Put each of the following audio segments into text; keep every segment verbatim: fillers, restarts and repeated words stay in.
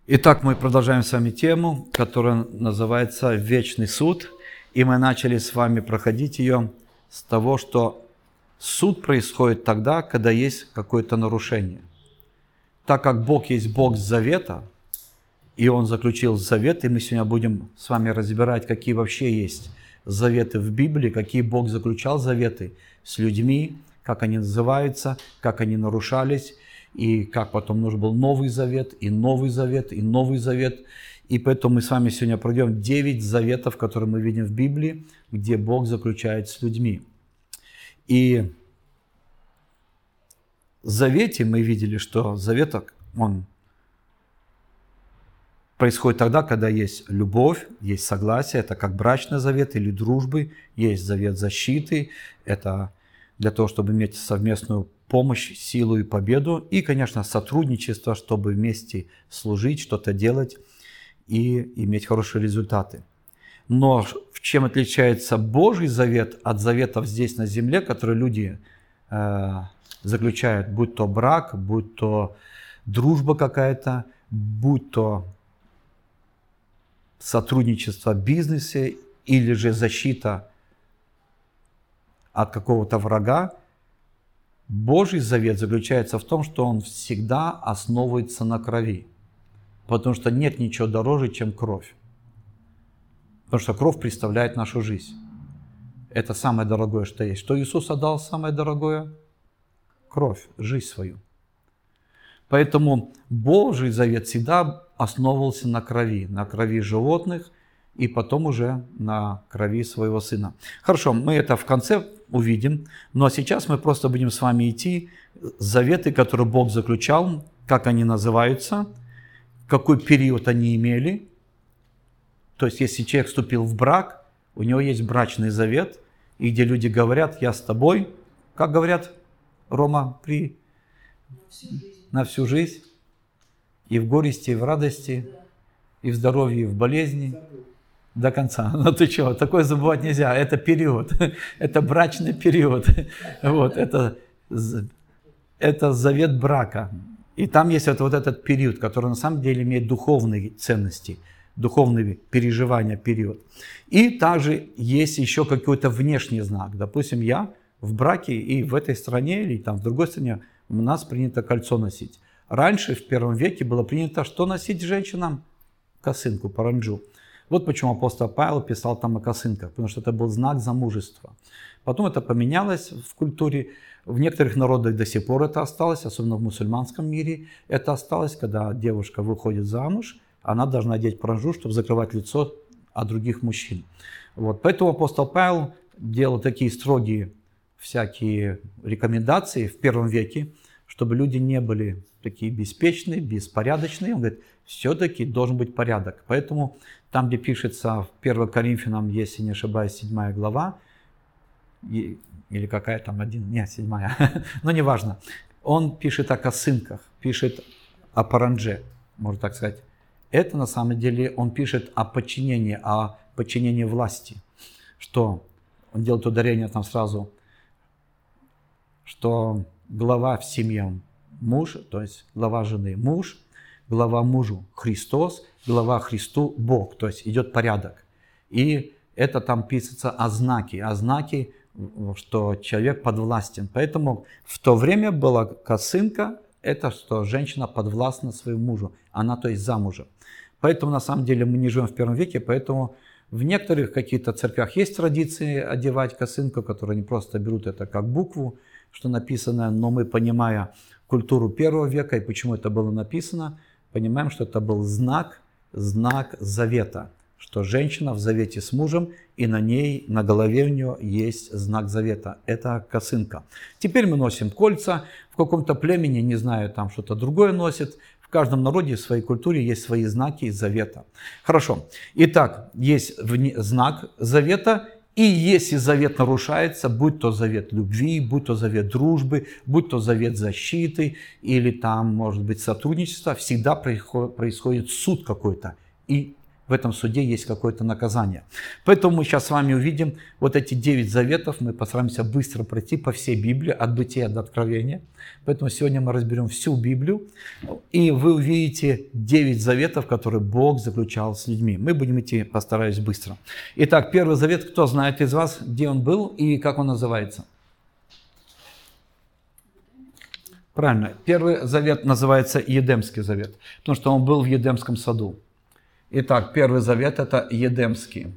Итак, мы продолжаем с вами тему, которая называется «Вечный суд». И мы начали с вами проходить ее с того, что суд происходит тогда, когда есть какое-то нарушение. Так как Бог есть Бог завета, и Он заключил завет, и мы сегодня будем с вами разбирать, какие вообще есть заветы в Библии, какие Бог заключал заветы с людьми, как они называются, как они нарушались, и как потом нужен был Новый Завет, и Новый Завет, и Новый Завет. И поэтому мы с вами сегодня пройдем девять заветов, которые мы видим в Библии, где Бог заключает с людьми. И в Завете мы видели, что Завет, он происходит тогда, когда есть любовь, есть согласие, это как брачный завет или дружбы, есть завет защиты, это для того, чтобы иметь совместную помощь, силу и победу, и, конечно, сотрудничество, чтобы вместе служить, что-то делать и иметь хорошие результаты. Но в чем отличается Божий завет от заветов здесь на земле, которые люди э, заключают, будь то брак, будь то дружба какая-то, будь то сотрудничество в бизнесе или же защита от какого-то врага. Божий завет заключается в том, что он всегда основывается на крови, потому что нет ничего дороже, чем кровь. Потому что кровь представляет нашу жизнь. Это самое дорогое, что есть. Что Иисус отдал самое дорогое? Кровь, жизнь свою. Поэтому Божий завет всегда основывался на крови, на крови животных и потом уже на крови своего Сына. Хорошо, мы это в конце увидим, но сейчас мы просто будем с вами идти, заветы, которые Бог заключал, как они называются, какой период они имели. То есть, если человек вступил в брак, у него есть брачный завет, и где люди говорят: «Я с тобой», как говорят, Рома, при... на всю жизнь, и в горести, и в радости, и в здоровье, и в болезни. До конца. Ну ты что, такое забывать нельзя. Это период. Это брачный период. Вот, это, это завет брака. И там есть вот, вот этот период, который на самом деле имеет духовные ценности, духовные переживания, период. И также есть еще какой-то внешний знак. Допустим, я в браке и в этой стране или там в другой стране у нас принято кольцо носить. Раньше, в первом веке, было принято что носить женщинам? Косынку, паранджу. Вот почему апостол Павел писал там о косынках, потому что это был знак замужества. Потом это поменялось в культуре. В некоторых народах до сих пор это осталось, особенно в мусульманском мире это осталось, когда девушка выходит замуж, она должна одеть паранджу, чтобы закрывать лицо от других мужчин. Вот. Поэтому апостол Павел делал такие строгие всякие рекомендации в первом веке, чтобы люди не были такие беспечные, беспорядочные. Он говорит, все-таки должен быть порядок. Поэтому там, где пишется в первом Коринфянам, если не ошибаюсь, седьмая глава, или какая там, один, нет, седьмая, но неважно. Он пишет о косынках, пишет о парандже, можно так сказать. Это на самом деле он пишет о подчинении, о подчинении власти. Что он делает ударение там сразу, что глава в семье муж, то есть глава жены муж, глава мужу Христос, глава Христу Бог, то есть идет порядок. И это там пишется о знаке, о знаке, что человек подвластен. Поэтому в то время была косынка, это что женщина подвластна своему мужу, она то есть замужем. Поэтому на самом деле мы не живем в первом веке, поэтому в некоторых каких-то церквях есть традиции одевать косынку, которые они просто берут это как букву, что написано, но мы, понимая культуру первого века и почему это было написано, понимаем, что это был знак, знак завета, что женщина в завете с мужем, и на ней, на голове у нее есть знак завета. Это косынка. Теперь мы носим кольца. В каком-то племени, не знаю, там что-то другое носит. В каждом народе, в своей культуре есть свои знаки завета. Хорошо. Итак, есть знак завета. И если завет нарушается, будь то завет любви, будь то завет дружбы, будь то завет защиты, или там, может быть, сотрудничество, всегда происходит суд какой-то. И в этом суде есть какое-то наказание. Поэтому мы сейчас с вами увидим вот эти девять заветов. Мы постараемся быстро пройти по всей Библии, от Бытия до Откровения. Поэтому сегодня мы разберем всю Библию, и вы увидите девять заветов, которые Бог заключал с людьми. Мы будем идти, постараюсь, быстро. Итак, первый завет, кто знает из вас, где он был и как он называется? Правильно. Первый завет называется Едемский завет, потому что он был в Едемском саду. Итак, первый завет – это Едемский.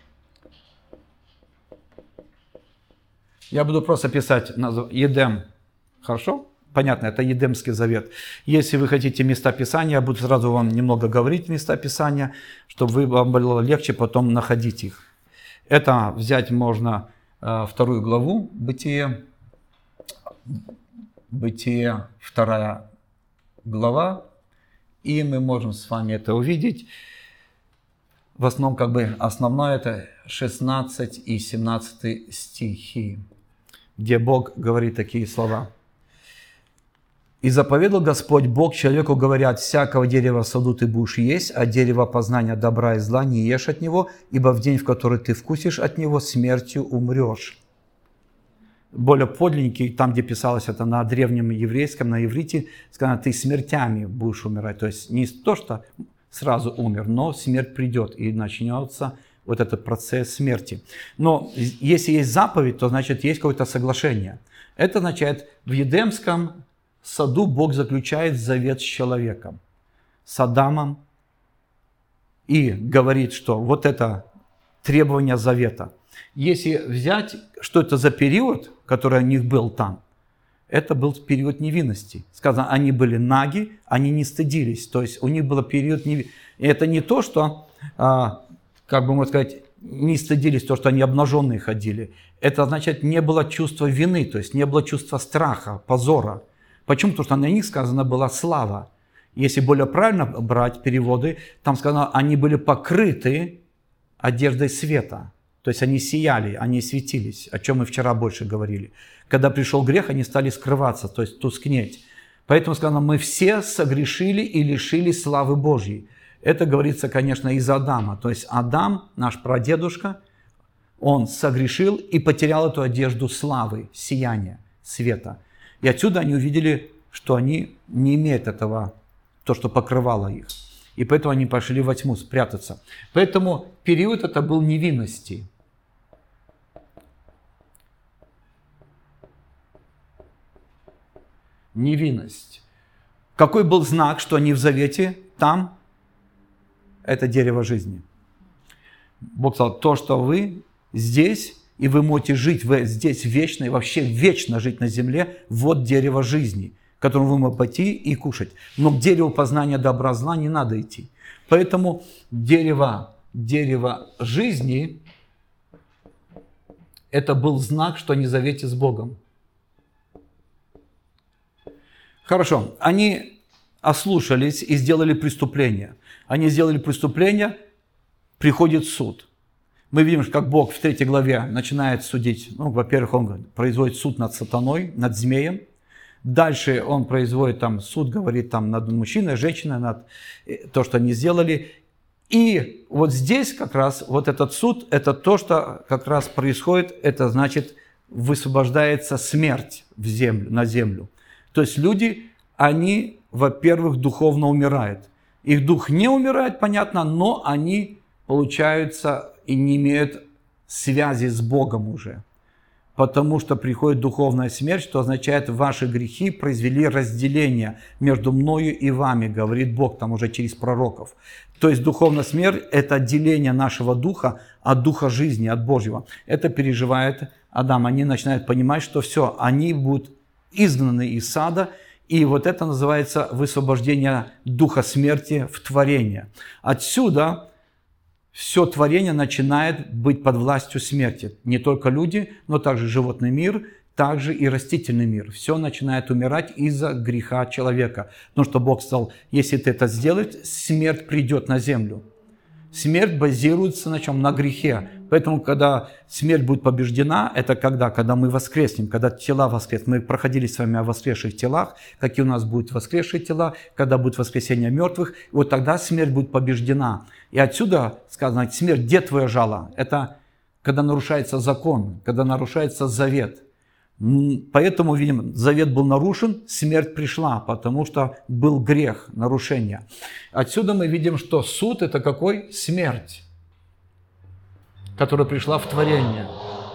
Я буду просто писать Едем. Хорошо? Понятно, это Едемский завет. Если вы хотите места Писания, я буду сразу вам немного говорить места Писания, чтобы вам было легче потом находить их. Это взять можно э, вторую главу Бытие. Бытие, вторая глава. И мы можем с вами это увидеть. В основном, как бы, основное это шестнадцатый и семнадцатый стихи, где Бог говорит такие слова. «И заповедал Господь Бог человеку, говоря, от всякого дерева в саду ты будешь есть, а дерево познания добра и зла не ешь от него, ибо в день, в который ты вкусишь от него, смертью умрешь». Более подлинненький, там, где писалось это на древнем еврейском, на иврите, сказано, ты смертями будешь умирать. То есть не то, что сразу умер, но смерть придет, и начнется вот этот процесс смерти. Но если есть заповедь, то значит есть какое-то соглашение. Это означает, в Едемском саду Бог заключает завет с человеком, с Адамом, и говорит, что вот это требование завета. Если взять, что это за период, который у них был там, это был период невинности. Сказано, они были наги, они не стыдились. То есть у них был период невинности. Это не то, что, как бы можно сказать, не стыдились, то, что они обнаженные ходили. Это означает, не было чувства вины, то есть не было чувства страха, позора. Почему? Потому что на них сказано была слава. Если более правильно брать переводы, там сказано, они были покрыты одеждой света. То есть они сияли, они светились, о чем мы вчера больше говорили. Когда пришел грех, они стали скрываться, то есть тускнеть. Поэтому сказано, мы все согрешили и лишились славы Божьей. Это говорится, конечно, из Адама. То есть Адам, наш прадедушка, он согрешил и потерял эту одежду славы, сияния, света. И отсюда они увидели, что они не имеют этого, то, что покрывало их. И поэтому они пошли во тьму спрятаться. Поэтому период это был невинности. Невинность. Какой был знак, что они в завете? Там это дерево жизни. Бог сказал, то, что вы здесь, и вы можете жить вы здесь вечно, и вообще вечно жить на земле, вот дерево жизни, которым вы можете пойти и кушать. Но к дереву познания добра зла не надо идти. Поэтому дерево, дерево жизни, это был знак, что они в завете с Богом. Хорошо, они ослушались и сделали преступление. Они сделали преступление, приходит суд. Мы видим, как Бог в третьей главе начинает судить. Ну, во-первых, Он производит суд над сатаной, над змеем. Дальше Он производит там суд, говорит там над мужчиной, женщиной, над то, что они сделали. И вот здесь как раз вот этот суд, это то, что как раз происходит, это значит высвобождается смерть в землю, на землю. То есть люди, они, во-первых, духовно умирают. Их дух не умирает, понятно, но они, получаются, и не имеют связи с Богом уже. Потому что приходит духовная смерть, что означает, ваши грехи произвели разделение между мною и вами, говорит Бог, там уже через пророков. То есть духовная смерть – это отделение нашего духа от духа жизни, от Божьего. Это переживает Адам. Они начинают понимать, что все, они будут изгнаны из сада, и вот это называется высвобождение духа смерти в творение. Отсюда все творение начинает быть под властью смерти. Не только люди, но также животный мир, также и растительный мир. Все начинает умирать из-за греха человека. Потому что Бог сказал, если ты это сделаешь, смерть придет на землю. Смерть базируется на чем? На грехе. Поэтому, когда смерть будет побеждена, это когда? Когда мы воскреснем, когда тела воскреснут. Мы проходили с вами о воскресших телах, какие у нас будут воскресшие тела, когда будет воскресение мертвых. И вот тогда смерть будет побеждена. И отсюда сказано, смерть, где твое жало? Это когда нарушается закон, когда нарушается завет. Поэтому, видим, завет был нарушен, смерть пришла, потому что был грех, нарушение. Отсюда мы видим, что суд – это какой? Смерть, которая пришла в творение.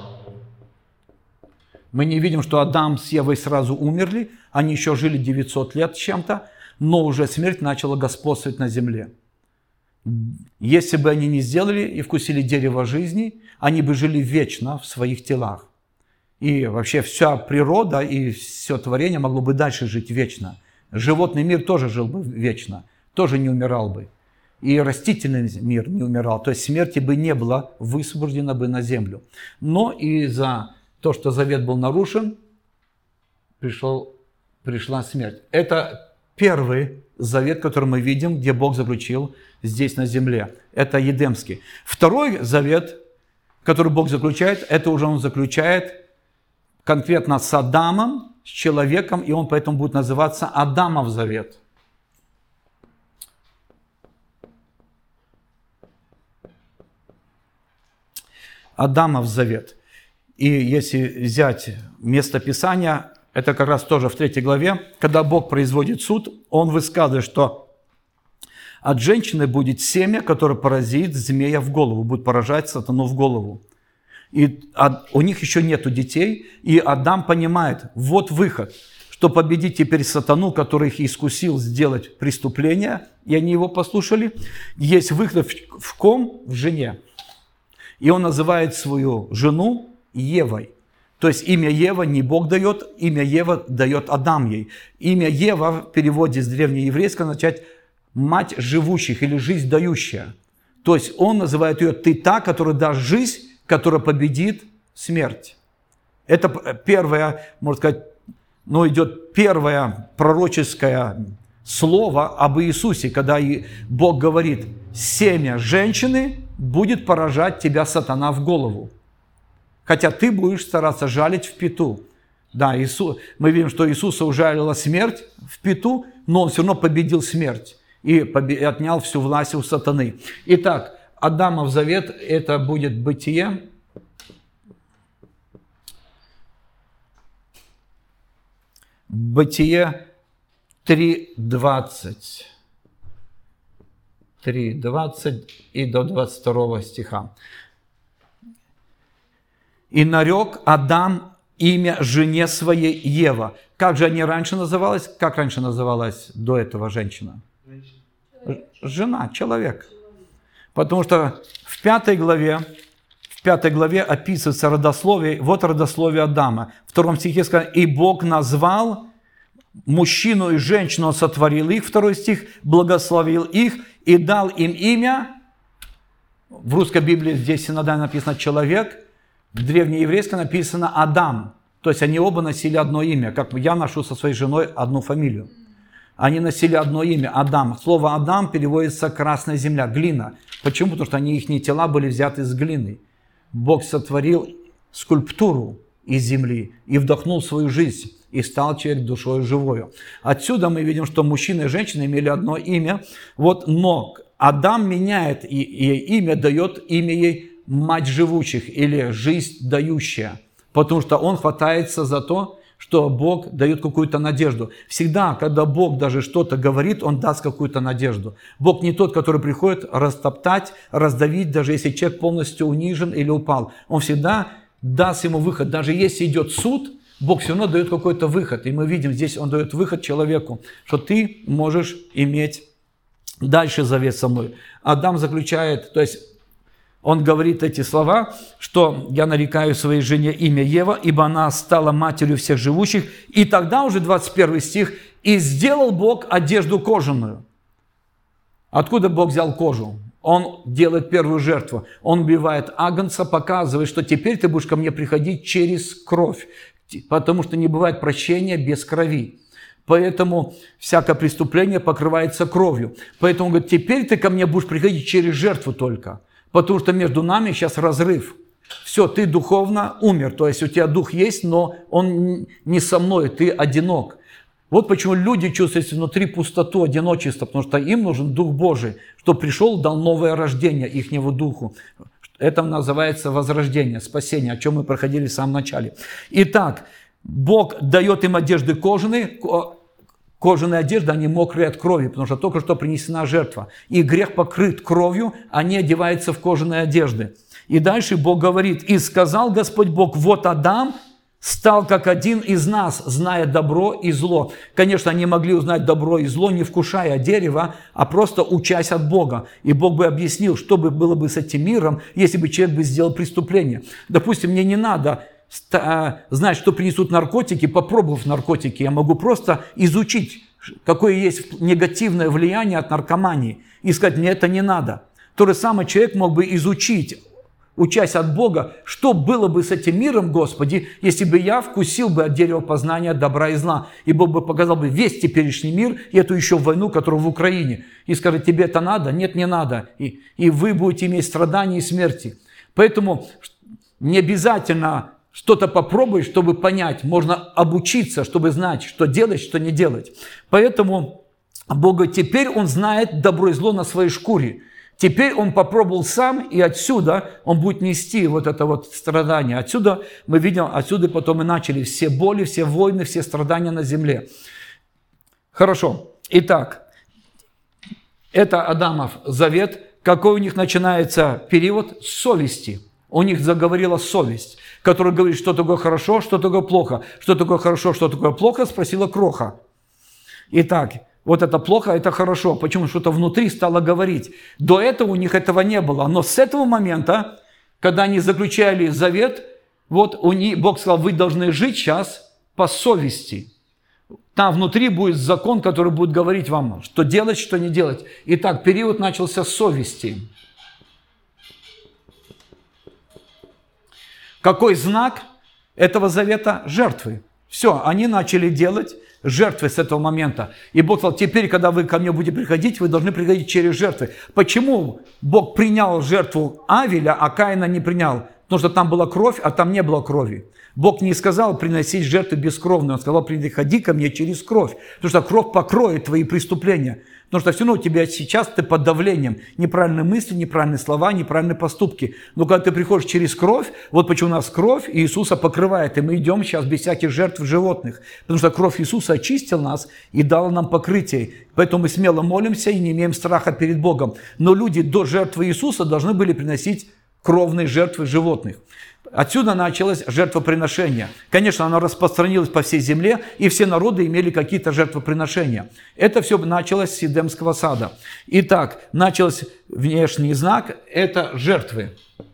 Мы не видим, что Адам с Евой сразу умерли, они еще жили девятьсот лет с чем-то, но уже смерть начала господствовать на земле. Если бы они не сделали и вкусили дерево жизни, они бы жили вечно в своих телах. И вообще вся природа и все творение могло бы дальше жить вечно. Животный мир тоже жил бы вечно, тоже не умирал бы. И растительный мир не умирал, то есть смерти бы не было высвобождено бы на землю. Но из-за того, что завет был нарушен, пришел, пришла смерть. Это первый завет, который мы видим, где Бог заключил здесь на земле. Это Едемский. Второй завет, который Бог заключает, это уже Он заключает конкретно с Адамом, с человеком, и он поэтому будет называться Адамов завет. Адамов завет. И если взять место Писания, это как раз тоже в третьей главе, когда Бог производит суд, Он высказывает, что от женщины будет семя, которое поразит змея в голову, будет поражать сатану в голову. И у них еще нету детей, и Адам понимает, вот выход, что победить теперь сатану, который их искусил сделать преступление, и они его послушали. Есть выход в ком? В жене. И он называет свою жену Евой. То есть имя Ева не Бог дает, имя Ева дает Адам ей. Имя Ева в переводе с древнееврейского означает «мать живущих» или «жизнь дающая». То есть он называет ее «ты та, которая даст жизнь», которая победит смерть. Это первое, можно сказать, ну, идет первое пророческое слово об Иисусе, когда Бог говорит, семя женщины будет поражать тебя сатана в голову. Хотя ты будешь стараться жалить в пяту. Да, Иисус, мы видим, что Иисуса ужалила смерть в пяту, но Он все равно победил смерть и отнял всю власть у сатаны. Итак, Адамов завет, это будет Бытие. Бытие три двадцать. три двадцать и до двадцать второго стиха. «И нарек Адам имя жене своей Ева». Как же они раньше называлась? Как раньше называлась до этого женщина? Жена, человек. Потому что в пятой главе, в пятой главе описывается родословие, вот родословие Адама. В втором стихе сказано, «И Бог назвал мужчину и женщину, Он сотворил их», второй стих, «благословил их и дал им имя». В русской Библии здесь иногда написано «человек», в древнееврейской написано «Адам». То есть они оба носили одно имя, как я ношу со своей женой одну фамилию. Они носили одно имя – Адам. Слово «Адам» переводится «красная земля», глина. Почему? Потому что они, их тела были взяты из глины. Бог сотворил скульптуру из земли и вдохнул свою жизнь, и стал человек душой живою. Отсюда мы видим, что мужчина и женщина имели одно имя. Вот, но Адам меняет и, и имя, дает имя ей «мать живучих» или «жизнь дающая», потому что он хватается за то, что Бог дает какую-то надежду. Всегда, когда Бог даже что-то говорит, Он даст какую-то надежду. Бог не тот, который приходит растоптать, раздавить, даже если человек полностью унижен или упал. Он всегда даст ему выход. Даже если идет суд, Бог все равно дает какой-то выход. И мы видим, здесь Он дает выход человеку, что ты можешь иметь дальше завет со мной. Адам заключает, то есть он говорит эти слова, что «я нарекаю своей жене имя Ева, ибо она стала матерью всех живущих». И тогда уже двадцать первый стих «И сделал Бог одежду кожаную». Откуда Бог взял кожу? Он делает первую жертву. Он убивает агнца, показывает, что теперь ты будешь ко мне приходить через кровь, потому что не бывает прощения без крови. Поэтому всякое преступление покрывается кровью. Поэтому он говорит, теперь ты ко мне будешь приходить через жертву только. Потому что между нами сейчас разрыв. Все, ты духовно умер. То есть у тебя дух есть, но он не со мной, ты одинок. Вот почему люди чувствуют внутри пустоту, одиночество, потому что им нужен Дух Божий, что пришел, дал новое рождение ихнему духу. Это называется возрождение, спасение, о чем мы проходили в самом начале. Итак, Бог дает им одежды кожаные, кожаные одежды, они мокрые от крови, потому что только что принесена жертва. И грех покрыт кровью, они одеваются в кожаные одежды. И дальше Бог говорит, «И сказал Господь Бог, вот Адам стал как один из нас, зная добро и зло». Конечно, они могли узнать добро и зло, не вкушая дерева, а просто учась от Бога. И Бог бы объяснил, что бы было бы с этим миром, если бы человек бы сделал преступление. Допустим, мне не надо знать, что принесут наркотики, попробовав наркотики. Я могу просто изучить, какое есть негативное влияние от наркомании. И сказать, мне это не надо. То же самое человек мог бы изучить, учась от Бога, что было бы с этим миром, Господи, если бы я вкусил бы от дерева познания добра и зла. И Бог бы показал бы весь теперешний мир и эту еще войну, которая в Украине. И скажет, тебе это надо? Нет, не надо. И, и вы будете иметь страдания и смерти. Поэтому не обязательно что-то попробовать, чтобы понять. Можно обучиться, чтобы знать, что делать, что не делать. Поэтому Бог говорит, теперь Он знает добро и зло на своей шкуре. Теперь он попробовал сам, и отсюда он будет нести вот это вот страдание. Отсюда мы видим, отсюда потом и начали все боли, все войны, все страдания на земле. Хорошо. Итак, это Адамов завет. Какой у них начинается период? С совести. У них заговорила совесть, которая говорит, что такое хорошо, что такое плохо. Что такое хорошо, что такое плохо, спросила Кроха. Итак, вот это плохо, это хорошо. Почему? Что-то внутри стало говорить. До этого у них этого не было. Но с этого момента, когда они заключали завет, вот у них, Бог сказал, вы должны жить сейчас по совести. Там внутри будет закон, который будет говорить вам, что делать, что не делать. Итак, период начался с совести. Какой знак этого завета? Жертвы. Все, они начали делать жертвы с этого момента. И Бог сказал, теперь, когда вы ко мне будете приходить, вы должны приходить через жертвы. Почему Бог принял жертву Авеля, а Каина не принял? Потому что там была кровь, а там не было крови. Бог не сказал приносить жертвы бескровные, Он сказал, приходи ко мне через кровь, потому что кровь покроет твои преступления. Потому что все равно у тебя сейчас ты под давлением. Неправильные мысли, неправильные слова, неправильные поступки. Но когда ты приходишь через кровь, вот почему у нас кровь Иисуса покрывает, и мы идем сейчас без всяких жертв животных. Потому что кровь Иисуса очистила нас и дала нам покрытие. Поэтому мы смело молимся и не имеем страха перед Богом. Но люди до жертвы Иисуса должны были приносить кровные жертвы животных. Отсюда началось жертвоприношение. Конечно, оно распространилось по всей земле, и все народы имели какие-то жертвоприношения. Это все началось с Эдемского сада. Итак, начался внешний знак – это жертвы.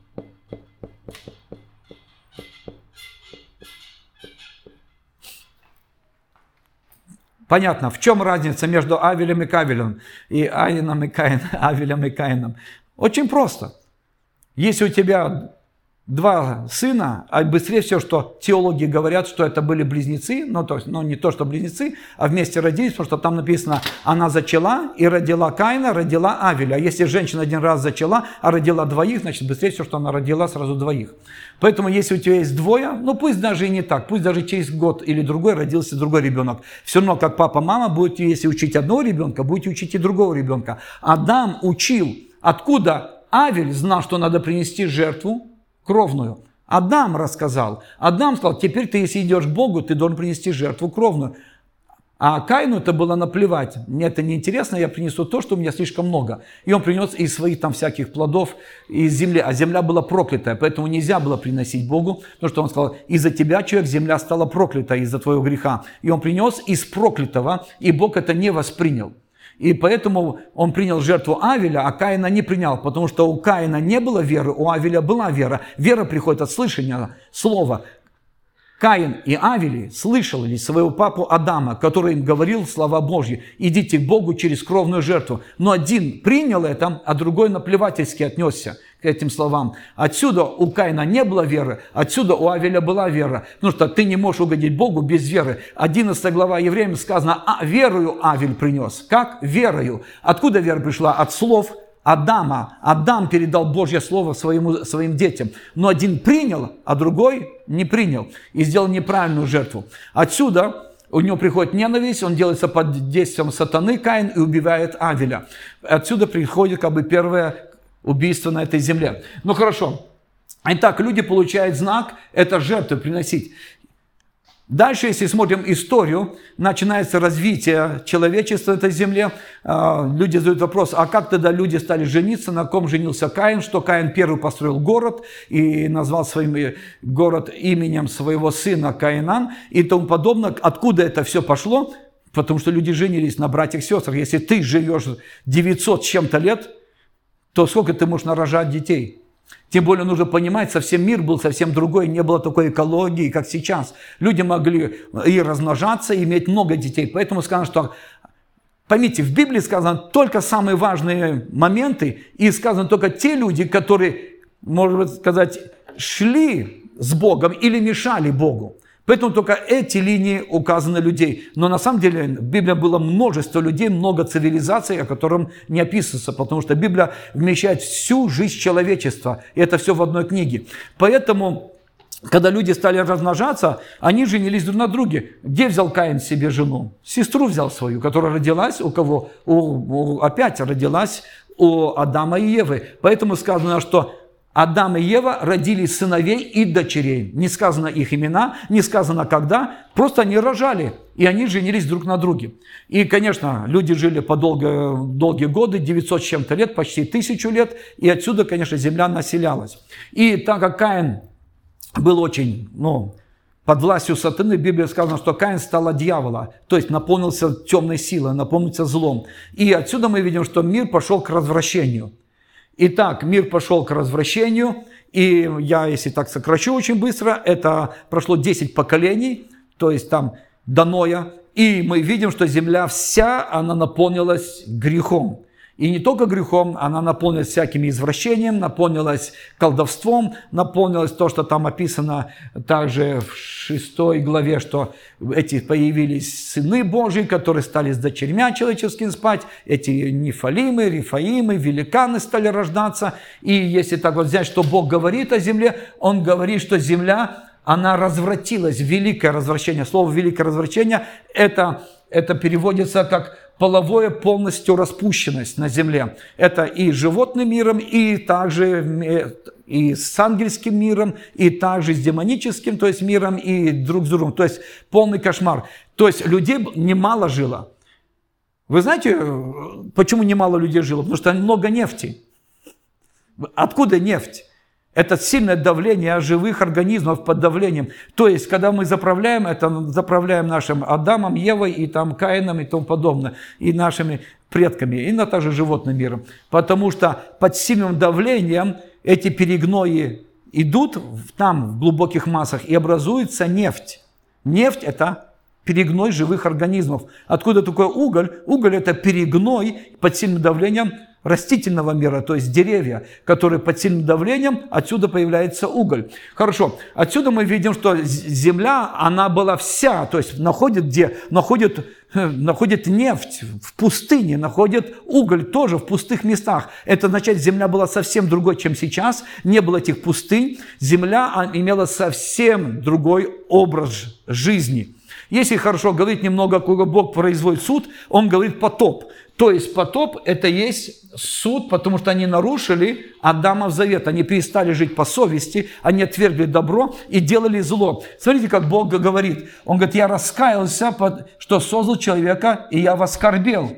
Понятно, в чем разница между Авелем и Кавелем, и Аином и Каином, Авелем и Каином? Очень просто. Если у тебя два сына, а быстрее всего, что теологи говорят, что это были близнецы, но, то, но не то, что близнецы, а вместе родились, потому что там написано, она зачала и родила Каина, родила Авеля. А если женщина один раз зачала, а родила двоих, значит, быстрее всего, что она родила сразу двоих. Поэтому, если у тебя есть двое, ну пусть даже и не так, пусть даже через год или другой родился другой ребенок. Все равно, как папа, мама, будете, если учить одного ребенка, будете учить и другого ребенка. Адам учил, откуда Авель знал, что надо принести жертву кровную. Адам рассказал. Адам сказал, теперь ты, если идешь к Богу, ты должен принести жертву кровную. А Каину это было наплевать. Мне это не интересно, я принесу то, что у меня слишком много. И он принес из своих там всяких плодов из земли. А земля была проклятая, поэтому нельзя было приносить Богу. Потому что он сказал, из-за тебя, человек, земля стала проклята из-за твоего греха. И он принес из проклятого, и Бог это не воспринял. И поэтому он принял жертву Авеля, а Каина не принял, потому что у Каина не было веры, у Авеля была вера. Вера приходит от слышания слова. Каин и Авель слышали своего папу Адама, который им говорил слова Божьи. Идите к Богу через кровную жертву. Но один принял это, а другой наплевательски отнесся. к этим словам. Отсюда у Каина не было веры, отсюда у Авеля была вера. Потому что ты не можешь угодить Богу без веры. одиннадцатая глава Евреям сказано, а верою Авель принес. Как? Верою. Откуда вера пришла? От слов Адама. Адам передал Божье Слово своему, своим детям. Но один принял, а другой не принял. И сделал неправильную жертву. Отсюда у него приходит ненависть, он делается под действием сатаны, Каин, и убивает Авеля. Отсюда приходит как бы первое убийство на этой земле. Ну хорошо. Итак, люди получают знак, это жертвы приносить. Дальше, если смотрим историю, начинается развитие человечества на этой земле. Люди задают вопрос, а как тогда люди стали жениться, на ком женился Каин, что Каин первый построил город и назвал своим город именем своего сына Каинан и тому подобное. Откуда это все пошло? Потому что люди женились на братьях и сестрах. Если ты живешь девятьсот с чем-то лет, то сколько ты можешь нарожать детей? Тем более нужно понимать, совсем мир был совсем другой, не было такой экологии, как сейчас. Люди могли и размножаться, и иметь много детей. Поэтому сказано, что, поймите, в Библии сказано только самые важные моменты, и сказано только те люди, которые, можно сказать, шли с Богом или мешали Богу. Поэтому только эти линии указаны людей. Но на самом деле в Библии было множество людей, много цивилизаций, о котором не описывается, потому что Библия вмещает всю жизнь человечества. И это все в одной книге. Поэтому, когда люди стали размножаться, они женились друг на друге. Где взял Каин себе жену? Сестру взял свою, которая родилась у кого? У, у, опять родилась у Адама и Евы. Поэтому сказано, что Адам и Ева родили сыновей и дочерей. Не сказано их имена, не сказано когда, просто они рожали, и они женились друг на друге. И, конечно, люди жили по долго, долгие годы, девятьсот с чем-то лет, почти тысячу лет, и отсюда, конечно, земля населялась. И так как Каин был очень, ну, под властью сатаны, в Библии сказано, что Каин стал от дьявола, то есть наполнился темной силой, наполнился злом. И отсюда мы видим, что мир пошел к развращению. Итак, мир пошел к развращению, и я, если так сокращу очень быстро, это прошло десять поколений, то есть там до Ноя, и мы видим, что земля вся, она наполнилась грехом. И не только грехом, она наполнилась всякими извращениями, наполнилась колдовством, наполнилась то, что там описано также в шестой главе, что эти появились сыны Божьи, которые стали с дочерьми человеческими спать, эти нефалимы, рифаимы, великаны стали рождаться. И если так вот взять, что Бог говорит о земле, Он говорит, что земля, она развратилась, великое развращение. Слово «великое развращение» это, это переводится как половое полностью распущенность на земле. Это и животным миром, и также и с ангельским миром, и также с демоническим, то есть миром, и друг с другом. То есть полный кошмар. То есть людей немало жило. Вы знаете, почему немало людей жило? Потому что много нефти. Откуда нефть? Это сильное давление живых организмов под давлением. То есть, когда мы заправляем, это заправляем нашим Адамом, Евой, и там Каином, и тому подобное, и нашими предками, и на также животным миром. Потому что под сильным давлением эти перегнои идут там, в глубоких массах, и образуется нефть. Нефть – это перегной живых организмов. Откуда такой уголь? Уголь – это перегной под сильным давлением растительного мира, то есть деревья, которые под сильным давлением, отсюда появляется уголь. Хорошо, отсюда мы видим, что земля, она была вся, то есть находит где? Находит, находит нефть в пустыне, находит уголь тоже в пустых местах. Это означает, земля была совсем другой, чем сейчас, не было этих пустынь, земля имела совсем другой образ жизни. Если хорошо говорить немного, когда Бог производит суд, Он говорит потоп. То есть потоп – это есть суд, потому что они нарушили Адамов завет. Они перестали жить по совести, они отвергли добро и делали зло. Смотрите, как Бог говорит. Он говорит, я раскаялся, что создал человека, и я воскорбел.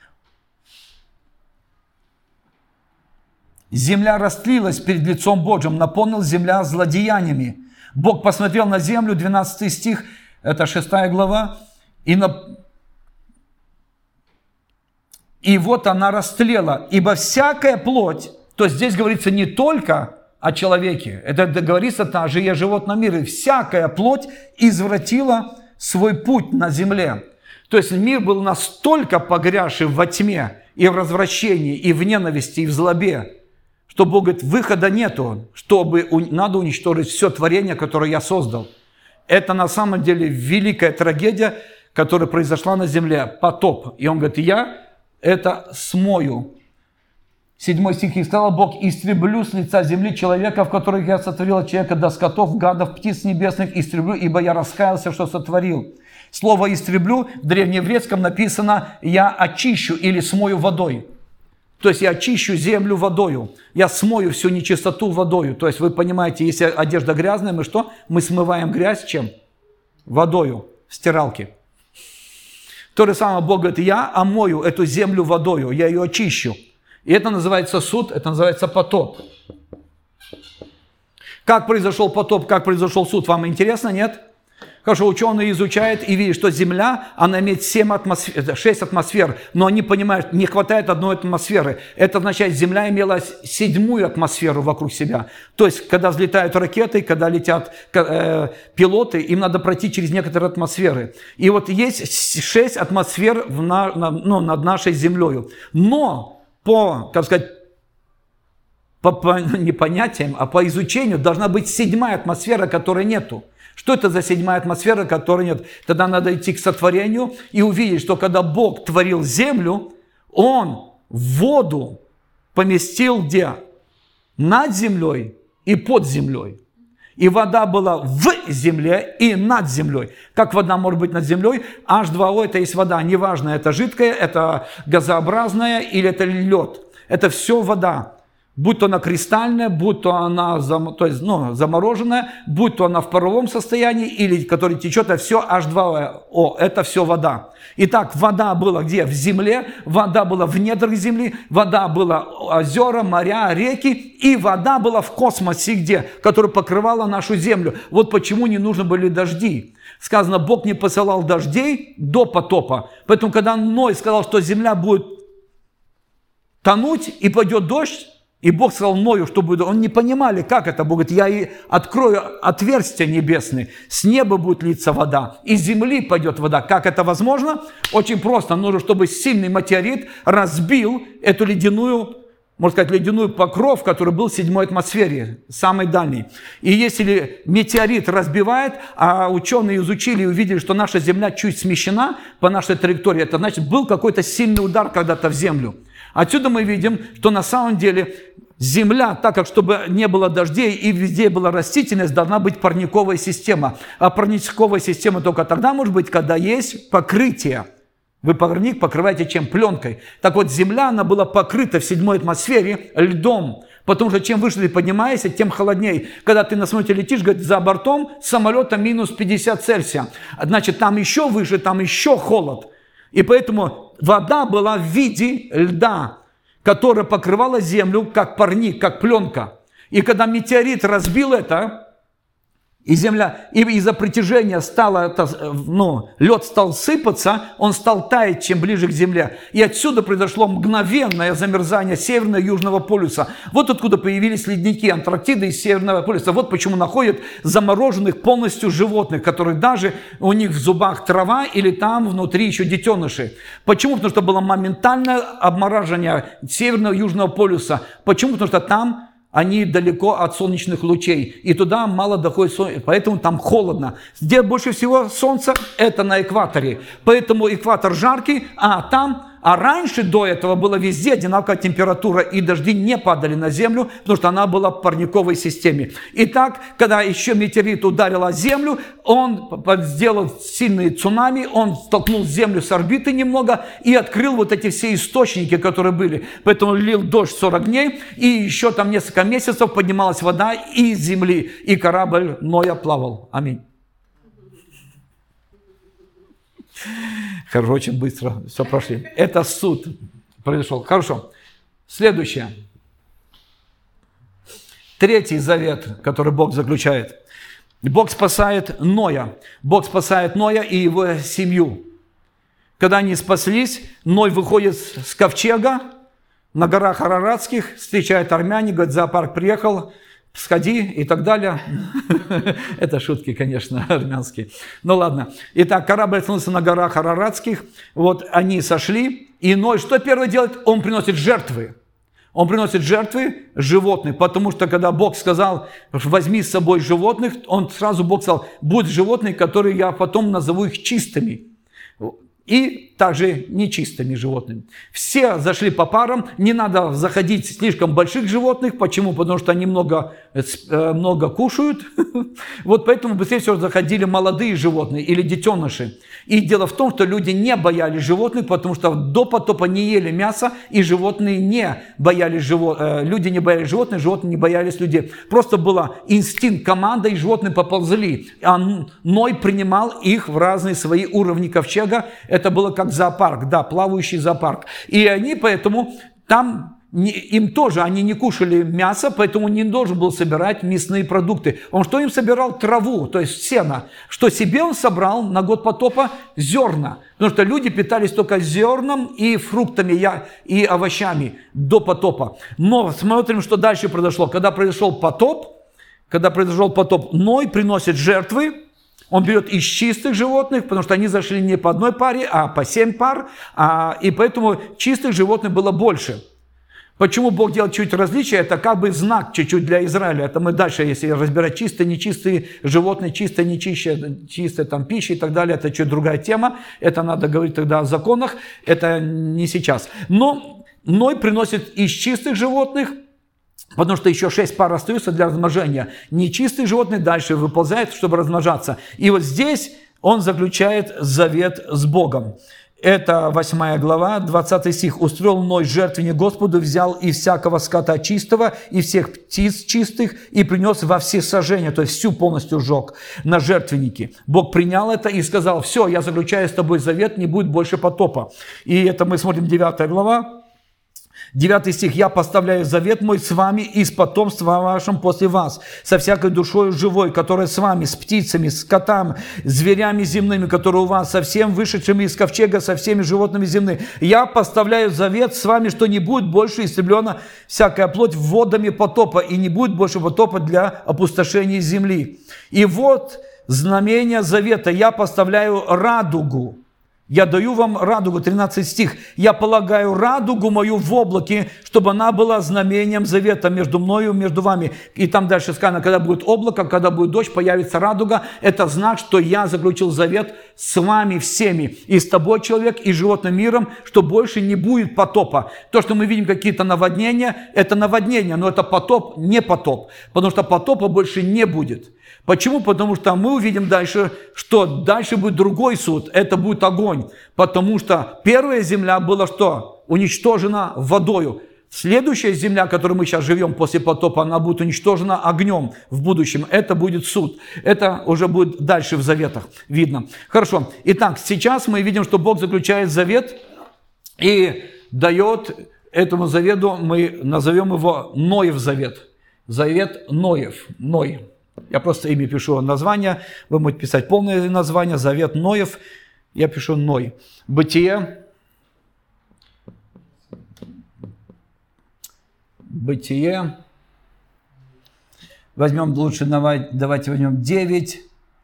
Земля растлилась перед лицом Божьим, наполнил земля злодеяниями. Бог посмотрел на землю, двенадцатый стих, это шестая глава, и на... И вот она растлела, ибо всякая плоть, то есть здесь говорится не только о человеке, это говорится также и о животном мире, всякая плоть извратила свой путь на земле. То есть мир был настолько погрязший во тьме и в развращении, и в ненависти, и в злобе, что Бог говорит, выхода нету, чтобы надо уничтожить все творение, которое я создал. Это на самом деле великая трагедия, которая произошла на земле, потоп. И он говорит, я это смою. Седьмой стих. «И сказал Бог, истреблю с лица земли человека, в которых я сотворил человека, до скотов, гадов, птиц небесных, истреблю, ибо я раскаялся, что сотворил». Слово «истреблю» в древнееврейском написано «я очищу» или «смою водой». То есть я очищу землю водою, я смою всю нечистоту водою. То есть вы понимаете, если одежда грязная, мы что? Мы смываем грязь чем? Водою, в стиралке. То же самое Бог говорит, я омою эту землю водою, я ее очищу. И это называется суд, это называется потоп. Как произошел потоп, как произошел суд, вам интересно, нет? Хорошо, ученые изучают и видят, что Земля, она имеет семь атмосфер, шесть атмосфер, но они понимают, не хватает одной атмосферы. Это означает, Земля имела седьмую атмосферу вокруг себя. То есть, когда взлетают ракеты, когда летят э, пилоты, им надо пройти через некоторые атмосферы. И вот есть шесть атмосфер в на, на, ну, над нашей Землей. Но по, как сказать, по, по, не понятиям, а по изучению должна быть седьмая атмосфера, которой нету. Что это за седьмая атмосфера, которой нет? Тогда надо идти к сотворению и увидеть, что когда Бог творил землю, Он воду поместил где? Над землей и под землей. И вода была в земле и над землей. Как вода может быть над землей? эйч два о это есть вода. Неважно, это жидкая, это газообразная или это лед. Это все вода. Будь то она кристальная, будь то она то есть, ну, замороженная, будь то она в паровом состоянии, или который течет, это все эйч два о, это все вода. Итак, вода была где? В земле, вода была в недрах земли, вода была озера, моря, реки, и вода была в космосе где? Которая покрывала нашу землю. Вот почему не нужны были дожди. Сказано, Бог не посылал дождей до потопа. Поэтому, когда Ной сказал, что земля будет тонуть и пойдет дождь, и Бог сказал Ною, что будет. Он не понимали, как это. Бог говорит, я и открою отверстия небесные, с неба будет литься вода, из земли пойдет вода. Как это возможно? Очень просто. Нужно, чтобы сильный метеорит разбил эту ледяную, можно сказать, ледяную покров, который был в седьмой атмосфере, самой дальней. И если метеорит разбивает, а ученые изучили и увидели, что наша Земля чуть смещена по нашей траектории, это значит, был какой-то сильный удар когда-то в Землю. Отсюда мы видим, что на самом деле Земля, так как чтобы не было дождей и везде была растительность, должна быть парниковая система. А парниковая система только тогда может быть, когда есть покрытие. Вы парник покрываете чем? Пленкой. Так вот, Земля, она была покрыта в седьмой атмосфере льдом. Потому что чем выше ты поднимаешься, тем холоднее. Когда ты на самолете летишь, говорит, за бортом самолета минус пятьдесят Цельсия. Значит, там еще выше, там еще холод. И поэтому вода была в виде льда, которая покрывала землю как парник, как пленка. И когда метеорит разбил это, и земля, и из-за притяжения стало это, ну, лед стал сыпаться, он стал таять, чем ближе к земле. И отсюда произошло мгновенное замерзание Северного и Южного полюса. Вот откуда появились ледники Антарктиды и Северного полюса. Вот почему находят замороженных полностью животных, которые даже у них в зубах трава или там внутри еще детеныши. Почему? Потому что было моментальное обмораживание Северного и Южного полюса. Почему? Потому что там они далеко от солнечных лучей, и туда мало доходит солнце, поэтому там холодно. Где больше всего солнца? Это на экваторе. Поэтому экватор жаркий, а там, а раньше до этого была везде одинаковая температура, и дожди не падали на землю, потому что она была в парниковой системе. Итак, когда еще метеорит ударил о землю, он сделал сильные цунами, он столкнул землю с орбиты немного и открыл вот эти все источники, которые были. Поэтому лил дождь сорок дней, и еще там несколько месяцев поднималась вода из земли, и корабль Ноя плавал. Аминь. Хорошо, очень быстро все прошли. Это суд произошел. Хорошо. Следующее. Третий завет, который Бог заключает. Бог спасает Ноя. Бог спасает Ноя и его семью. Когда они спаслись, Ной выходит с ковчега на горах Араратских, встречает армяне, говорит, зоопарк приехал, сходи и так далее. Это шутки, конечно, армянские. Ну ладно. Итак, корабль остановился на горах Араратских. Вот они сошли. И Ной что первое делает? Он приносит жертвы. Он приносит жертвы животных, потому что когда Бог сказал, возьми с собой животных, он сразу, Бог сказал, будут животные, которые я потом назову их чистыми. И также нечистыми животными. Все зашли по парам, не надо заходить в слишком больших животных. Почему? Потому что они много, много кушают. Вот поэтому быстрее всего заходили молодые животные или детеныши. И дело в том, что люди не боялись животных, потому что до потопа не ели мясо, и животные не боялись животных. Люди не боялись животных, животные не боялись людей. Просто был инстинкт, команда, и животные поползли. А Ной принимал их в разные свои уровни ковчега. Это было как зоопарк, да, плавающий зоопарк. И они поэтому там, им тоже, они не кушали мясо, поэтому не должен был собирать мясные продукты. Он что им собирал? Траву, то есть сено. Что себе он собрал на год потопа? Зерна. Потому что люди питались только зерном и фруктами и овощами до потопа. Но смотрим, что дальше произошло. Когда произошел потоп, когда произошел потоп, Ной приносит жертвы. Он берет из чистых животных, потому что они зашли не по одной паре, а по семь пар, а, и поэтому чистых животных было больше. Почему Бог делает чуть различия? Это как бы знак чуть-чуть для Израиля. Это мы дальше, если разбирать чистые, нечистые животные, чистые, нечистые, чистая там пища и так далее, это чуть другая тема. Это надо говорить тогда о законах, это не сейчас. Но Ной приносит из чистых животных, потому что еще шесть пар остаются для размножения. Нечистые животные дальше выползают, чтобы размножаться. И вот здесь он заключает завет с Богом. Это восьмая глава, двадцатый стих. «Устроил Ной жертвенник Господу, взял из всякого скота чистого, и всех птиц чистых, и принес во всесожжение», то есть всю полностью сжег на жертвеннике. Бог принял это и сказал: все, я заключаю с тобой завет, не будет больше потопа. И это мы смотрим девятая глава. Девятый стих. «Я поставляю завет мой с вами и с потомством вашим после вас, со всякой душою живой, которая с вами, с птицами, с скотами, зверями земными, которые у вас, со всем вышедшими из ковчега, со всеми животными земными. Я поставляю завет с вами, что не будет больше истреблена всякая плоть водами потопа, и не будет больше потопа для опустошения земли. И вот знамение завета. Я поставляю радугу». Я даю вам радугу, тринадцатый стих. «Я полагаю радугу мою в облаке, чтобы она была знамением завета между мною и между вами». И там дальше сказано, когда будет облако, когда будет дождь, появится радуга. Это знак, что я заключил завет с вами всеми. И с тобой, человек, и животным миром, что больше не будет потопа. То, что мы видим какие-то наводнения, это наводнение, но это потоп, не потоп. Потому что потопа больше не будет. Почему? Потому что мы увидим дальше, что дальше будет другой суд, это будет огонь. Потому что первая земля была что? Уничтожена водою. Следующая земля, в которой мы сейчас живем после потопа, она будет уничтожена огнем в будущем. Это будет суд. Это уже будет дальше в заветах видно. Хорошо. Итак, сейчас мы видим, что Бог заключает завет и дает этому завету, мы назовем его Ноев завет. Завет Ноев. Ной. Я просто имя пишу название, вы можете писать полное название, завет Ноев, я пишу Ной. Бытие, Бытие, возьмем лучше, давайте возьмем девять,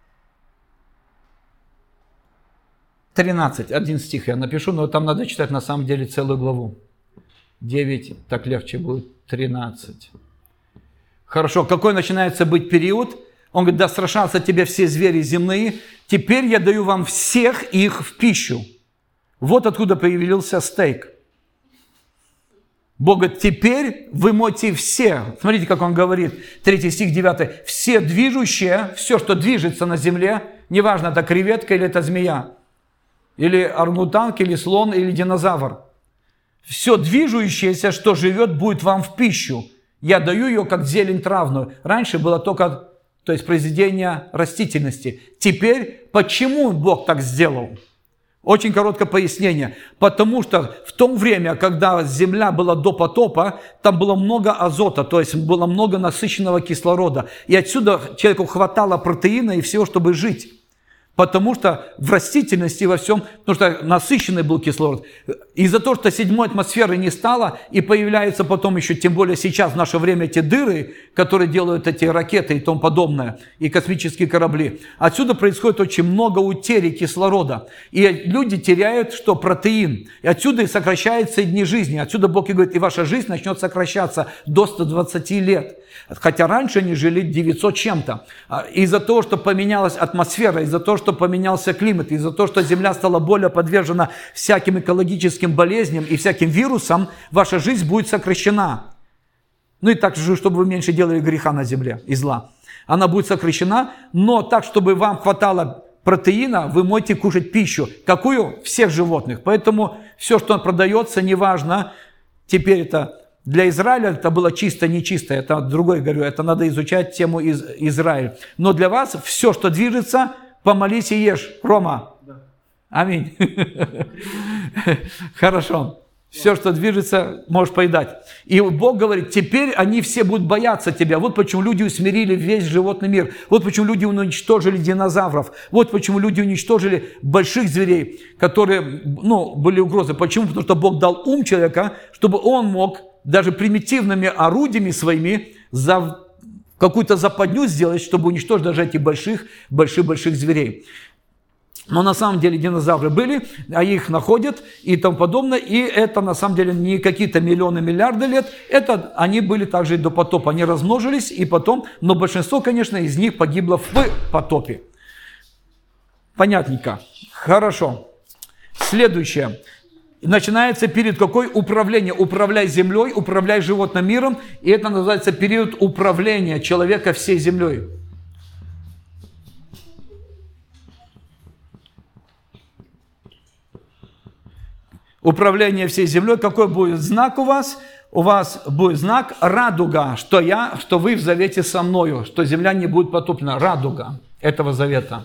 тринадцать, один стих я напишу, но там надо читать на самом деле целую главу. девять, так легче будет, тринадцать. Хорошо, какой начинается быть период? Он говорит: да страшатся тебе все звери земные, теперь я даю вам всех их в пищу. Вот откуда появился стейк. Бог говорит: теперь вы можете все. Смотрите, как он говорит, третий стих, девятый. Все движущие, все, что движется на земле, неважно, это креветка или это змея, или орангутанг, или слон, или динозавр. Все движущееся, что живет, будет вам в пищу. Я даю ее как зелень травную. Раньше было только, то есть, произведение растительности. Теперь, почему Бог так сделал? Очень короткое пояснение. Потому что в то время, когда земля была до потопа, там было много азота, то есть было много насыщенного кислорода. И отсюда человеку хватало протеина и всего, чтобы жить. Потому что в растительности во всем, потому что насыщенный был кислород. Из-за того, что седьмой атмосферы не стало, и появляются потом еще, тем более сейчас, в наше время, эти дыры, которые делают эти ракеты и тому подобное, и космические корабли. Отсюда происходит очень много утери кислорода. И люди теряют, что протеин. И отсюда и сокращаются дни жизни. Отсюда Бог и говорит, и ваша жизнь начнет сокращаться до ста двадцати лет. Хотя раньше они жили девятьсот чем-то. Из-за того, что поменялась атмосфера, из-за того, что поменялся климат, из-за того, что Земля стала более подвержена всяким экологическим болезням и всяким вирусам, ваша жизнь будет сокращена. Ну и так же, чтобы вы меньше делали греха на Земле и зла. Она будет сокращена, но так, чтобы вам хватало протеина, вы можете кушать пищу. Какую? Всех животных. Поэтому все, что продается, неважно, теперь это... Для Израиля это было чисто, нечисто, это другой говорю, это надо изучать тему из Израиля. Но для вас все, что движется, помолись и ешь. Рома. Да. Аминь. Хорошо. Все, что движется, можешь поедать. И Бог говорит, теперь они все будут бояться тебя. Вот почему люди усмирили весь животный мир. Вот почему люди уничтожили динозавров. Вот почему люди уничтожили больших зверей, которые, ну, были угрозы. Почему? Потому что Бог дал ум человека, чтобы он мог даже примитивными орудиями своими за какую-то западню сделать, чтобы уничтожить даже этих больших, больших-больших зверей. Но на самом деле динозавры были, а их находят и тому подобное. И это на самом деле не какие-то миллионы, миллиарды лет. Это они были также и до потопа. Они размножились и потом, но большинство, конечно, из них погибло в потопе. Понятненько. Хорошо. Следующее. Начинается период какой? Управление. Управляй землей, управляй животным миром. И это называется период управления человека всей землей. Управление всей землей. Какой будет знак у вас? У вас будет знак радуга, что я, что вы в завете со мною, что земля не будет потоплена. Радуга этого завета.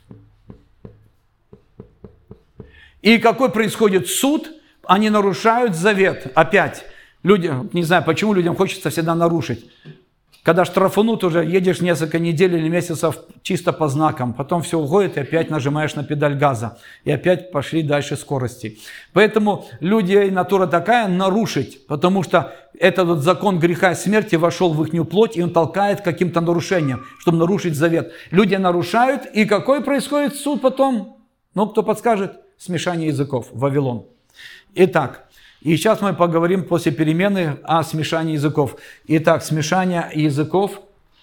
И какой происходит суд? Они нарушают завет. Опять, люди, не знаю, почему людям хочется всегда нарушить. Когда штрафанут уже, едешь несколько недель или месяцев чисто по знакам, потом все уходит, и опять нажимаешь на педаль газа. И опять пошли дальше скорости. Поэтому люди, натура такая, нарушить, потому что этот вот закон греха и смерти вошел в ихнюю плоть, и он толкает к каким-то нарушениям, чтобы нарушить завет. Люди нарушают, и какой происходит суд потом? Ну, кто подскажет? Смешание языков, Вавилон. Итак, и сейчас мы поговорим после перемены о смешании языков. Итак, смешание языков,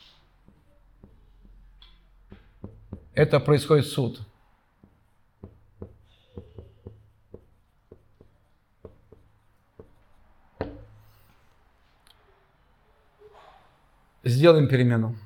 это происходит суд. Сделаем перемену.